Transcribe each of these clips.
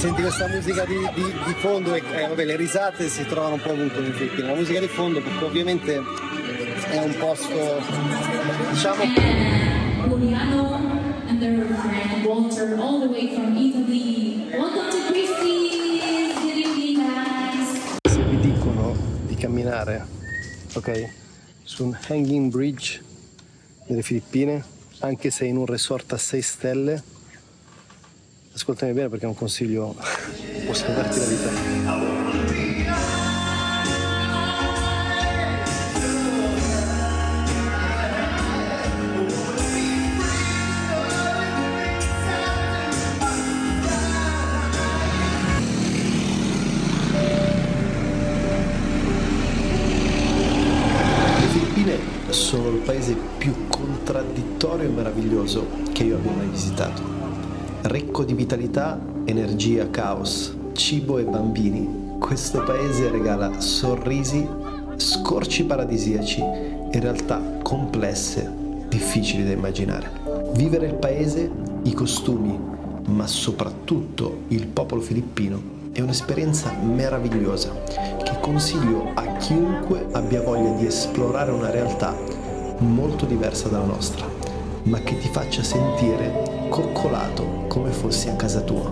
senti questa musica di fondo e vabbè, le risate si trovano un po' ovunque in Filippine. La musica di fondo perché ovviamente è un posto, diciamo... Juliano and their friend Walter all the way from Italy. Welcome to Christie's. Good evening, guys. Se vi dicono di camminare, ok, su un hanging bridge delle Filippine, anche se in un resort a 6 stelle, ascoltami bene perché è un consiglio, può salvarti la vita. Sono il paese più contraddittorio e meraviglioso che io abbia mai visitato. Ricco di vitalità, energia, caos, cibo e bambini, questo paese regala sorrisi, scorci paradisiaci e realtà complesse, difficili da immaginare. Vivere il paese, i costumi, ma soprattutto il popolo filippino è un'esperienza meravigliosa che consiglio a chiunque abbia voglia di esplorare una realtà molto diversa dalla nostra, ma che ti faccia sentire coccolato come fossi a casa tua.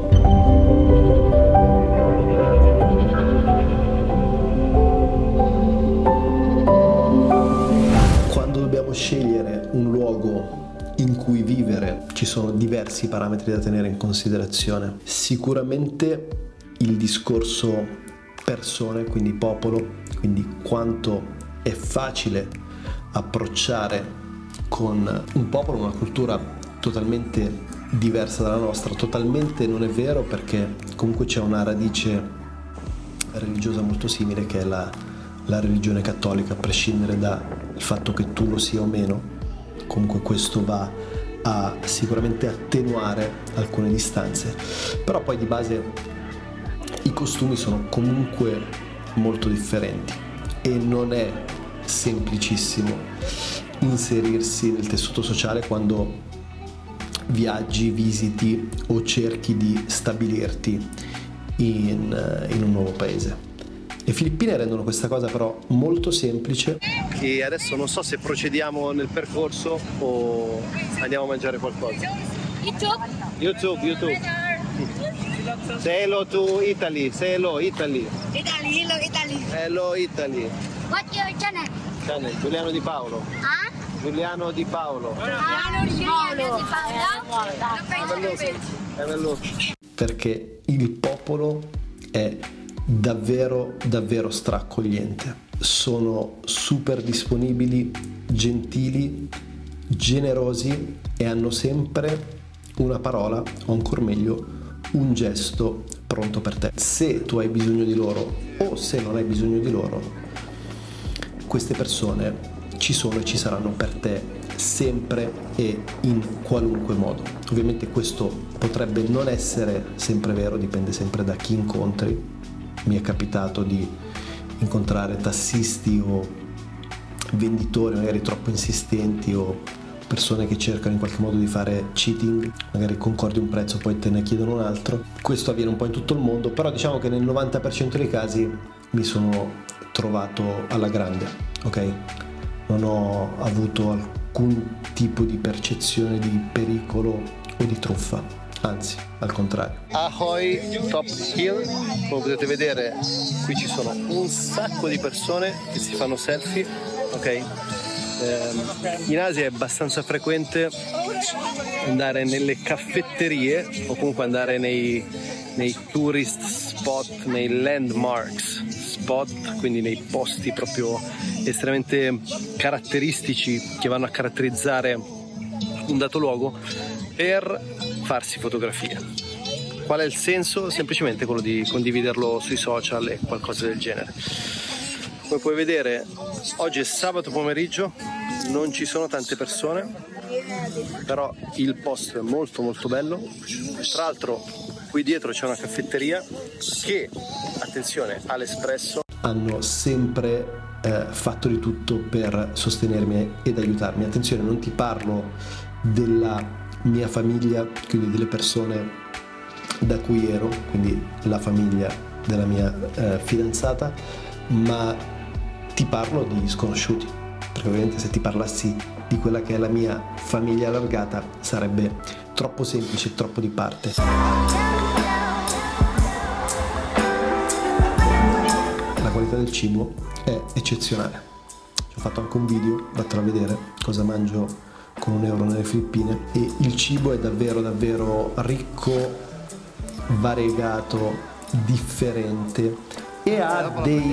Quando dobbiamo scegliere un luogo in cui vivere, ci sono diversi parametri da tenere in considerazione. Sicuramente il discorso persone, quindi popolo, quindi quanto è facile approcciare con un popolo, una cultura totalmente diversa dalla nostra. Totalmente non è vero, perché comunque c'è una radice religiosa molto simile, che è la religione cattolica, a prescindere dal fatto che tu lo sia o meno. Comunque questo va a sicuramente attenuare alcune distanze, però poi di base i costumi sono comunque molto differenti e non è semplicissimo inserirsi nel tessuto sociale quando viaggi, visiti o cerchi di stabilirti in un nuovo paese. Le Filippine rendono questa cosa però molto semplice. E adesso non so se procediamo nel percorso o andiamo a mangiare qualcosa. YouTube. Say hello to Italy. Say hello Italy. Hello Italy. What's your channel? Giuliano Di Paolo. Giuliano Di Paolo. È bello. Perché il popolo è davvero straccogliente. Sono super disponibili, gentili, generosi e hanno sempre una parola, o ancor meglio un gesto pronto per te. Se tu hai bisogno di loro o se non hai bisogno di loro, queste persone ci sono e ci saranno per te sempre e in qualunque modo. Ovviamente questo potrebbe non essere sempre vero, dipende sempre da chi incontri. Mi è capitato di incontrare tassisti o venditori magari troppo insistenti o persone che cercano in qualche modo di fare cheating, magari concordi un prezzo poi te ne chiedono un altro. Questo avviene un po' in tutto il mondo, però diciamo che nel 90% dei casi mi sono trovato alla grande, ok? Non ho avuto alcun tipo di percezione di pericolo o di truffa, anzi, al contrario. Ahoy Top Hill, come potete vedere qui ci sono un sacco di persone che si fanno selfie, ok? In Asia è abbastanza frequente andare nelle caffetterie o comunque andare nei tourist spot, nei landmarks spot, quindi nei posti proprio estremamente caratteristici che vanno a caratterizzare un dato luogo, per farsi fotografie. Qual è il senso? Semplicemente quello di condividerlo sui social e qualcosa del genere. Come puoi vedere, oggi è sabato pomeriggio, non ci sono tante persone, però il posto è molto bello. Tra l'altro qui dietro c'è una caffetteria che, attenzione, ha l'espresso. Hanno sempre fatto di tutto per sostenermi ed aiutarmi. Attenzione, non ti parlo della mia famiglia, quindi delle persone da cui ero, quindi la famiglia della mia fidanzata, ma ti parlo di sconosciuti, perché ovviamente se ti parlassi di quella che è la mia famiglia allargata sarebbe troppo semplice, troppo di parte. La qualità del cibo è eccezionale. Ci ho fatto anche un video, vattelo a vedere, cosa mangio con €1 nelle Filippine, e il cibo è davvero davvero ricco, variegato, differente e ha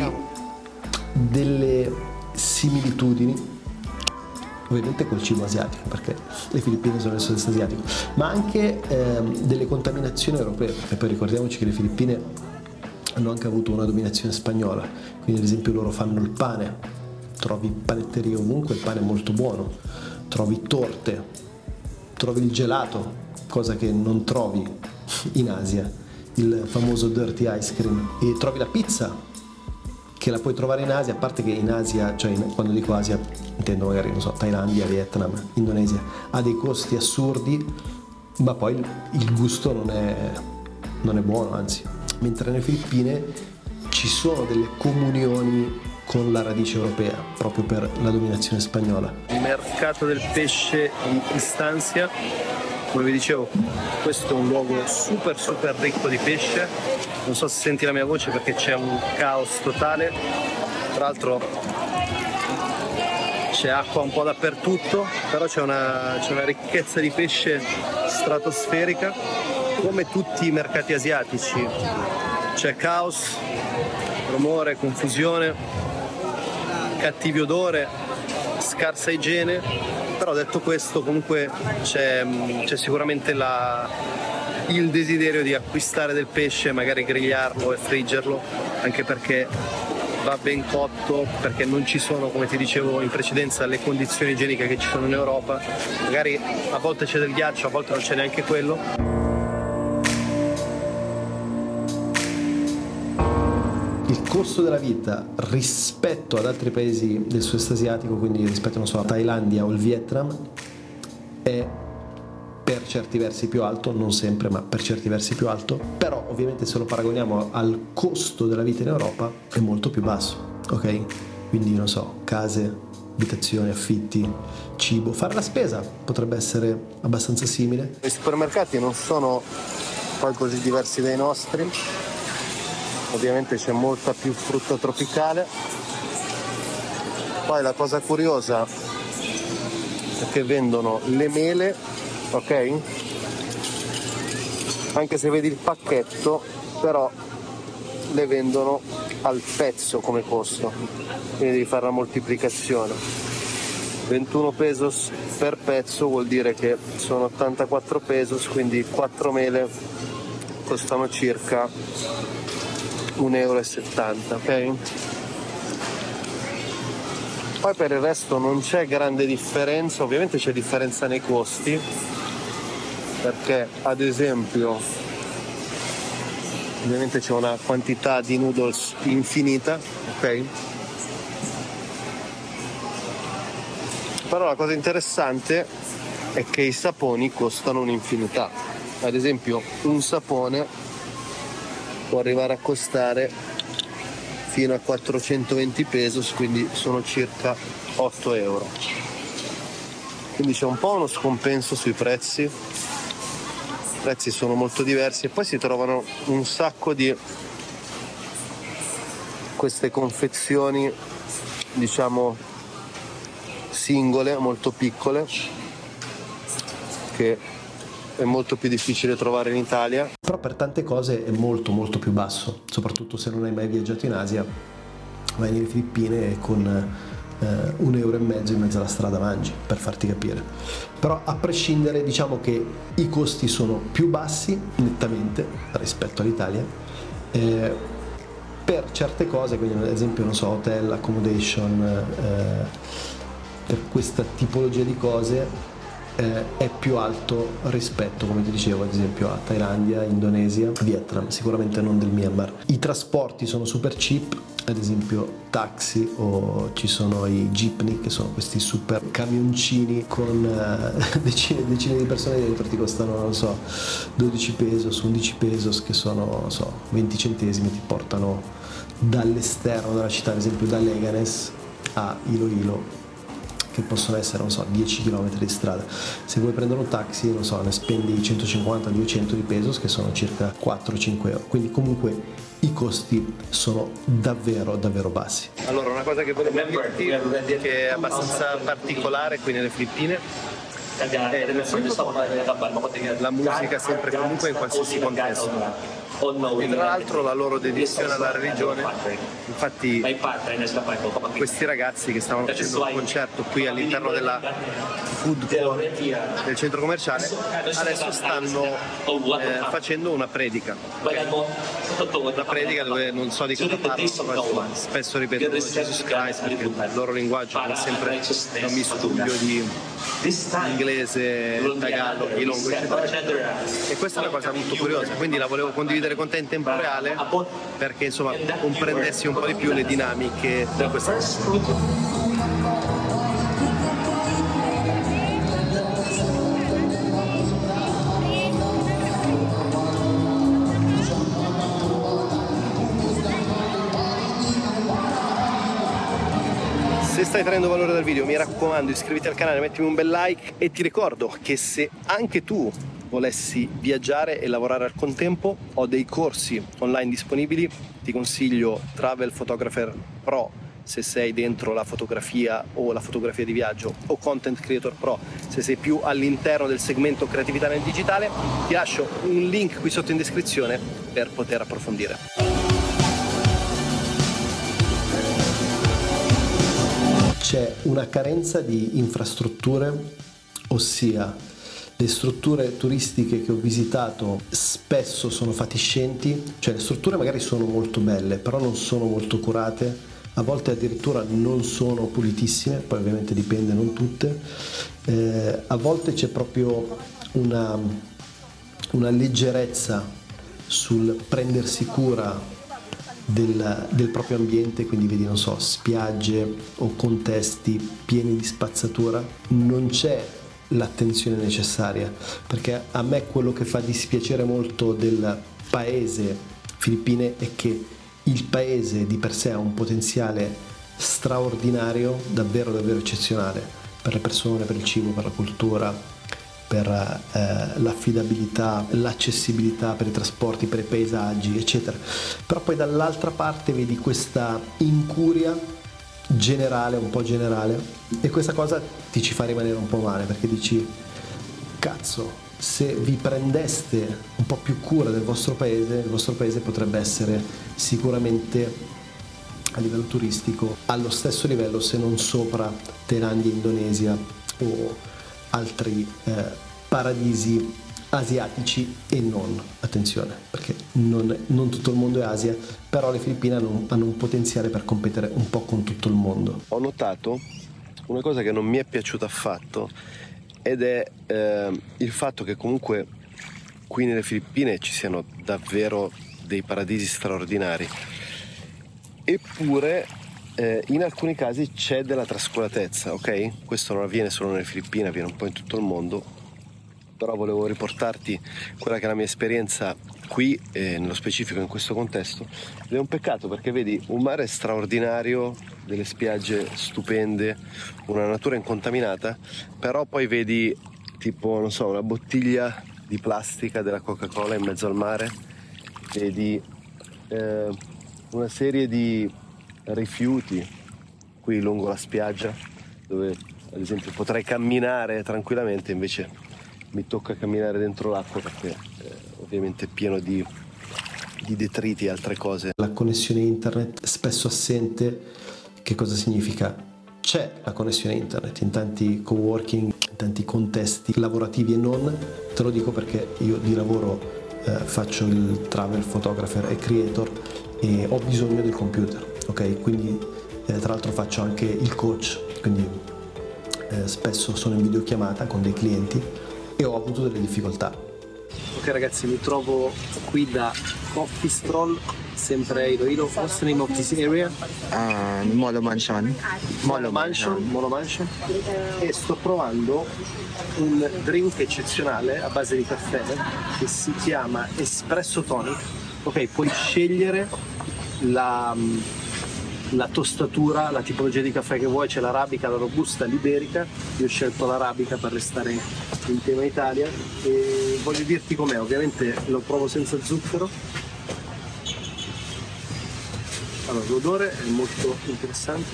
delle similitudini ovviamente col cibo asiatico, perché le Filippine sono nel sud-est asiatico, ma anche delle contaminazioni europee, perché poi ricordiamoci che le Filippine hanno anche avuto una dominazione spagnola, quindi ad esempio loro fanno il pane, trovi panetterie ovunque, il pane è molto buono, trovi torte, trovi il gelato, cosa che non trovi in Asia, il famoso dirty ice cream, e trovi la pizza, che la puoi trovare in Asia, a parte che in Asia, cioè quando dico Asia intendo magari, non so, Thailandia, Vietnam, Indonesia, ha dei costi assurdi, ma poi il gusto non è buono, anzi. Mentre nelle Filippine ci sono delle comunioni con la radice europea, proprio per la dominazione spagnola. Il mercato del pesce in Estancia, come vi dicevo, questo è un luogo super ricco di pesce. Non so se senti la mia voce perché c'è un caos totale, tra l'altro c'è acqua un po' dappertutto, però c'è una ricchezza di pesce stratosferica, come tutti i mercati asiatici. C'è caos, rumore, confusione, cattivo odore, scarsa igiene, però detto questo comunque c'è sicuramente il desiderio di acquistare del pesce, magari grigliarlo e friggerlo, anche perché va ben cotto, perché non ci sono, come ti dicevo in precedenza, le condizioni igieniche che ci sono in Europa. Magari a volte c'è del ghiaccio, a volte non c'è neanche quello. Il costo della vita rispetto ad altri paesi del sud-est asiatico, quindi rispetto, non so, a Thailandia o il Vietnam, è per certi versi più alto, non sempre, ma per certi versi più alto, però ovviamente se lo paragoniamo al costo della vita in Europa è molto più basso, ok? Quindi non so, case, abitazioni, affitti, cibo, fare la spesa potrebbe essere abbastanza simile. I supermercati non sono poi così diversi dai nostri, ovviamente c'è molta più frutta tropicale. Poi la cosa curiosa è che vendono le mele, ok? Anche se vedi il pacchetto, però le vendono al pezzo come costo, quindi devi fare la moltiplicazione. 21 pesos per pezzo vuol dire che sono 84 pesos, quindi 4 mele costano circa €1,70, ok? Poi per il resto non c'è grande differenza, ovviamente c'è differenza nei costi, perché ad esempio ovviamente c'è una quantità di noodles infinita, ok? Però la cosa interessante è che i saponi costano un'infinità. Ad esempio un sapone può arrivare a costare fino a 420 pesos, quindi sono circa 8 euro. Quindi c'è un po' uno scompenso sui prezzi. I prezzi sono molto diversi e poi si trovano un sacco di queste confezioni, diciamo, singole, molto piccole, che è molto più difficile trovare in Italia. Però per tante cose è molto più basso, soprattutto se non hai mai viaggiato in Asia, vai nelle Filippine e con €1,50 in mezzo alla strada mangi, per farti capire. Però a prescindere, diciamo che i costi sono più bassi nettamente rispetto all'Italia, per certe cose, quindi ad esempio, non so, hotel, accommodation, per questa tipologia di cose è più alto rispetto, come ti dicevo, ad esempio a Thailandia, Indonesia, Vietnam, sicuramente non del Myanmar. I trasporti sono super cheap, ad esempio taxi, o ci sono i jeepney, che sono questi super camioncini con decine e decine di persone dentro, ti costano, non so, 12 pesos, 11 pesos, che sono, non so, 20 centesimi, ti portano dall'esterno della città, ad esempio da Leganés a Iloilo, che possono essere, non so, 10 km di strada. Se vuoi prendere un taxi, non so, ne spendi 150-200 di pesos, che sono circa 4-5 euro, quindi comunque i costi sono davvero davvero bassi. Allora, una cosa che volevo dirti, che è abbastanza particolare qui nelle Filippine, è la musica sempre e comunque in qualsiasi contesto. E tra l'altro la loro dedizione alla religione, infatti questi ragazzi che stavano facendo un concerto qui all'interno della food court del centro commerciale adesso stanno facendo una predica dove non so di cosa parlano, ma spesso ripetono Jesus Christ, perché il loro linguaggio come sempre è un miscuglio di inglese, tagalog, ilongo, eccetera. E questa è una cosa molto curiosa, quindi la volevo condividere con te in tempo reale perché insomma comprendessi un po' di più le dinamiche di questa cosa. Se stai traendo valore dal video, mi raccomando, iscriviti al canale, mettimi un bel like e ti ricordo che se anche tu volessi viaggiare e lavorare al contempo, ho dei corsi online disponibili. Ti consiglio Travel Photographer Pro se sei dentro la fotografia o la fotografia di viaggio, o Content Creator Pro se sei più all'interno del segmento creatività nel digitale. Ti lascio un link qui sotto in descrizione per poter approfondire. C'è una carenza di infrastrutture, ossia le strutture turistiche che ho visitato spesso sono fatiscenti, cioè le strutture magari sono molto belle, però non sono molto curate, a volte addirittura non sono pulitissime, poi ovviamente dipende, non tutte, a volte c'è proprio una leggerezza sul prendersi cura del proprio ambiente, quindi vedi, non so, spiagge o contesti pieni di spazzatura, non c'è l'attenzione necessaria, perché a me quello che fa dispiacere molto del paese Filippine è che il paese di per sé ha un potenziale straordinario, davvero davvero eccezionale, per le persone, per il cibo, per la cultura, per l'affidabilità, l'accessibilità, per i trasporti, per i paesaggi, eccetera. Però poi dall'altra parte vedi questa incuria generale, un po' generale, e questa cosa ti ci fa rimanere un po' male, perché dici, cazzo, se vi prendeste un po' più cura del vostro paese, il vostro paese potrebbe essere sicuramente a livello turistico allo stesso livello, se non sopra, Thailandia, Indonesia o altri paradisi asiatici, e non, attenzione, perché non tutto il mondo è Asia, però le Filippine hanno un potenziale per competere un po' con tutto il mondo. Ho notato una cosa che non mi è piaciuta affatto, ed è il fatto che comunque qui nelle Filippine ci siano davvero dei paradisi straordinari, eppure in alcuni casi c'è della trascuratezza, ok? Questo non avviene solo nelle Filippine, avviene un po' in tutto il mondo, però volevo riportarti quella che è la mia esperienza qui, nello specifico in questo contesto, ed è un peccato perché vedi un mare straordinario, delle spiagge stupende, una natura incontaminata, però poi vedi tipo, non so, una bottiglia di plastica della Coca-Cola in mezzo al mare, vedi una serie di rifiuti qui lungo la spiaggia, dove ad esempio potrei camminare tranquillamente, invece mi tocca camminare dentro l'acqua perché ovviamente è pieno di detriti e altre cose. La connessione internet spesso assente. Che cosa significa? C'è la connessione internet in tanti coworking, in tanti contesti lavorativi e non, te lo dico perché io di lavoro faccio il travel photographer e creator e ho bisogno del computer, ok? Quindi tra l'altro faccio anche il coach, quindi spesso sono in videochiamata con dei clienti e ho avuto delle difficoltà. Ok ragazzi, mi trovo qui da Coffee Stroll, sempre a Iloilo. What's the name of this area? Molo Mansion. Molo Mansion. E sto provando un drink eccezionale a base di caffè che si chiama Espresso Tonic. Ok, puoi scegliere la tostatura, la tipologia di caffè che vuoi, c'è l'arabica, la robusta, l'iberica. Io ho scelto l'arabica per restare in tema Italia e voglio dirti com'è. Ovviamente lo provo senza zucchero. Allora, l'odore è molto interessante.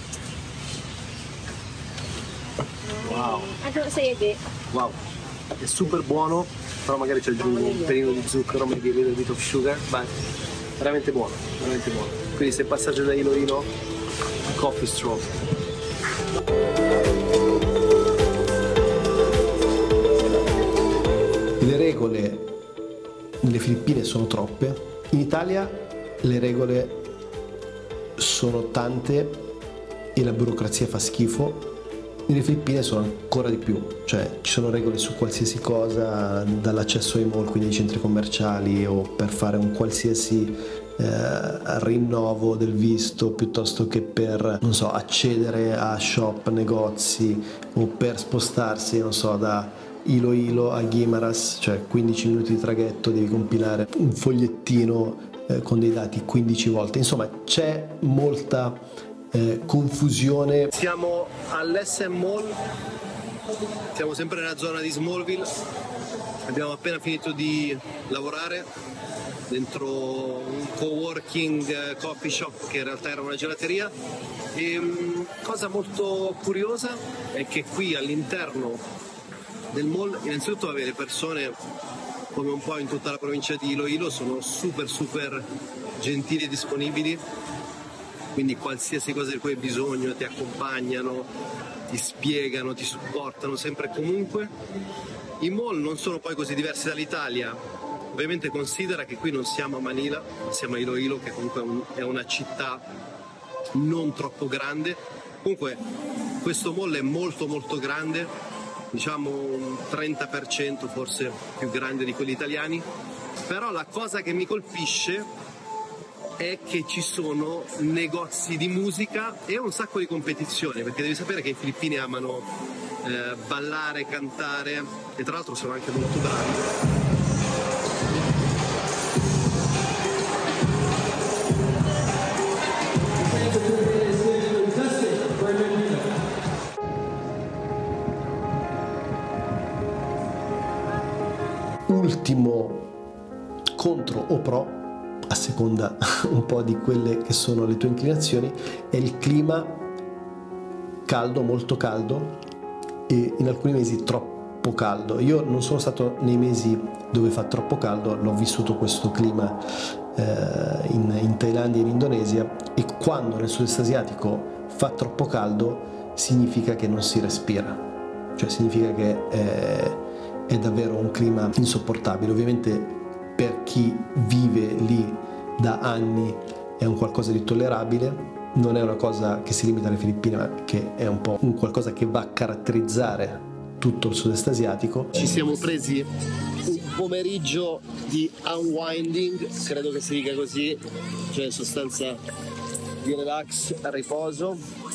Wow, wow, è super buono, però magari ci aggiungo un pelino di zucchero, maybe a little bit of sugar, ma veramente buono, veramente buono. Quindi se passate da Iloilo, coffee stroke. Le regole nelle Filippine sono troppe, in Italia le regole sono tante e la burocrazia fa schifo. Nelle Filippine sono ancora di più, cioè ci sono regole su qualsiasi cosa, dall'accesso ai mall, quindi ai centri commerciali, o per fare un qualsiasi rinnovo del visto, piuttosto che per, non so, accedere a shop, negozi, o per spostarsi, non so, da Iloilo a Guimaras, cioè 15 minuti di traghetto, devi compilare un fogliettino con dei dati 15 volte. Insomma, c'è molta confusione. Siamo all'SM Mall, siamo sempre nella zona di Smallville, abbiamo appena finito di lavorare dentro un coworking coffee shop che in realtà era una gelateria e cosa molto curiosa è che qui all'interno del mall innanzitutto le persone, come un po' in tutta la provincia di Iloilo, sono super gentili e disponibili. Quindi qualsiasi cosa di cui hai bisogno ti accompagnano, ti spiegano, ti supportano sempre e comunque. I mall non sono poi così diversi dall'Italia. Ovviamente considera che qui non siamo a Manila, siamo a Iloilo, che comunque è una città non troppo grande. Comunque questo mall è molto grande, diciamo un 30% forse più grande di quelli italiani. Però la cosa che mi colpisce è che ci sono negozi di musica e un sacco di competizioni, perché devi sapere che i filippini amano ballare, cantare e tra l'altro sono anche molto bravi. Ultimo contro o pro, a seconda un po' di quelle che sono le tue inclinazioni, è il clima caldo, molto caldo, e in alcuni mesi troppo caldo. Io non sono stato nei mesi dove fa troppo caldo, l'ho vissuto questo clima in Thailandia e in Indonesia, e quando nel sud-est asiatico fa troppo caldo significa che non si respira, cioè significa che è davvero un clima insopportabile. Ovviamente per chi vive lì da anni è un qualcosa di tollerabile, non è una cosa che si limita alle Filippine, ma che è un po' un qualcosa che va a caratterizzare tutto il sud-est asiatico. Ci siamo presi un pomeriggio di unwinding, credo che si dica così, cioè in sostanza di relax, riposo.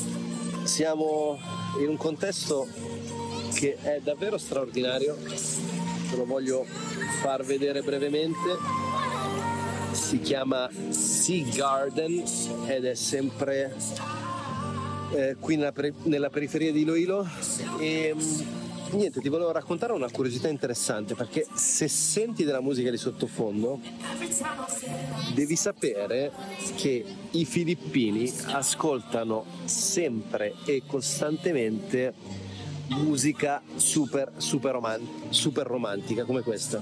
Siamo in un contesto che è davvero straordinario, te lo voglio far vedere brevemente. Si chiama Sea Garden ed è sempre qui nella periferia di Iloilo. E niente, ti volevo raccontare una curiosità interessante, perché se senti della musica di sottofondo devi sapere che i filippini ascoltano sempre e costantemente musica super romantica come questa,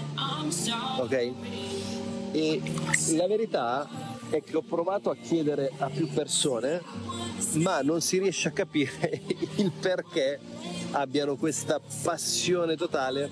ok? E la verità è che ho provato a chiedere a più persone, ma non si riesce a capire il perché abbiano questa passione totale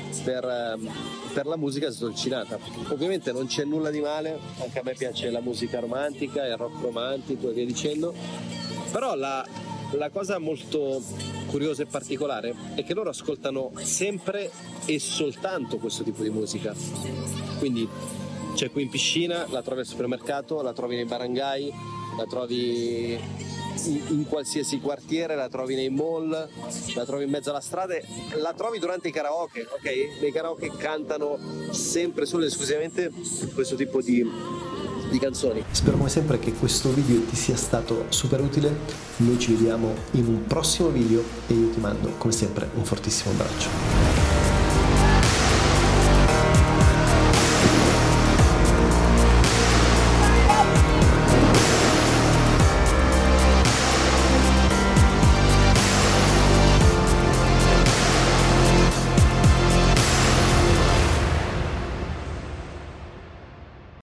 per la musica sdolcinata. Ovviamente non c'è nulla di male, anche a me piace la musica romantica, il rock romantico e via dicendo, però la cosa molto curiosa e particolare è che loro ascoltano sempre e soltanto questo tipo di musica. Quindi C'è qui in piscina, la trovi al supermercato, la trovi nei barangay, la trovi in qualsiasi quartiere, la trovi nei mall, la trovi in mezzo alla strada, la trovi durante i karaoke, ok? Nei karaoke cantano sempre solo ed esclusivamente questo tipo di canzoni. Spero come sempre che questo video ti sia stato super utile. Noi ci vediamo in un prossimo video e io ti mando come sempre un fortissimo abbraccio.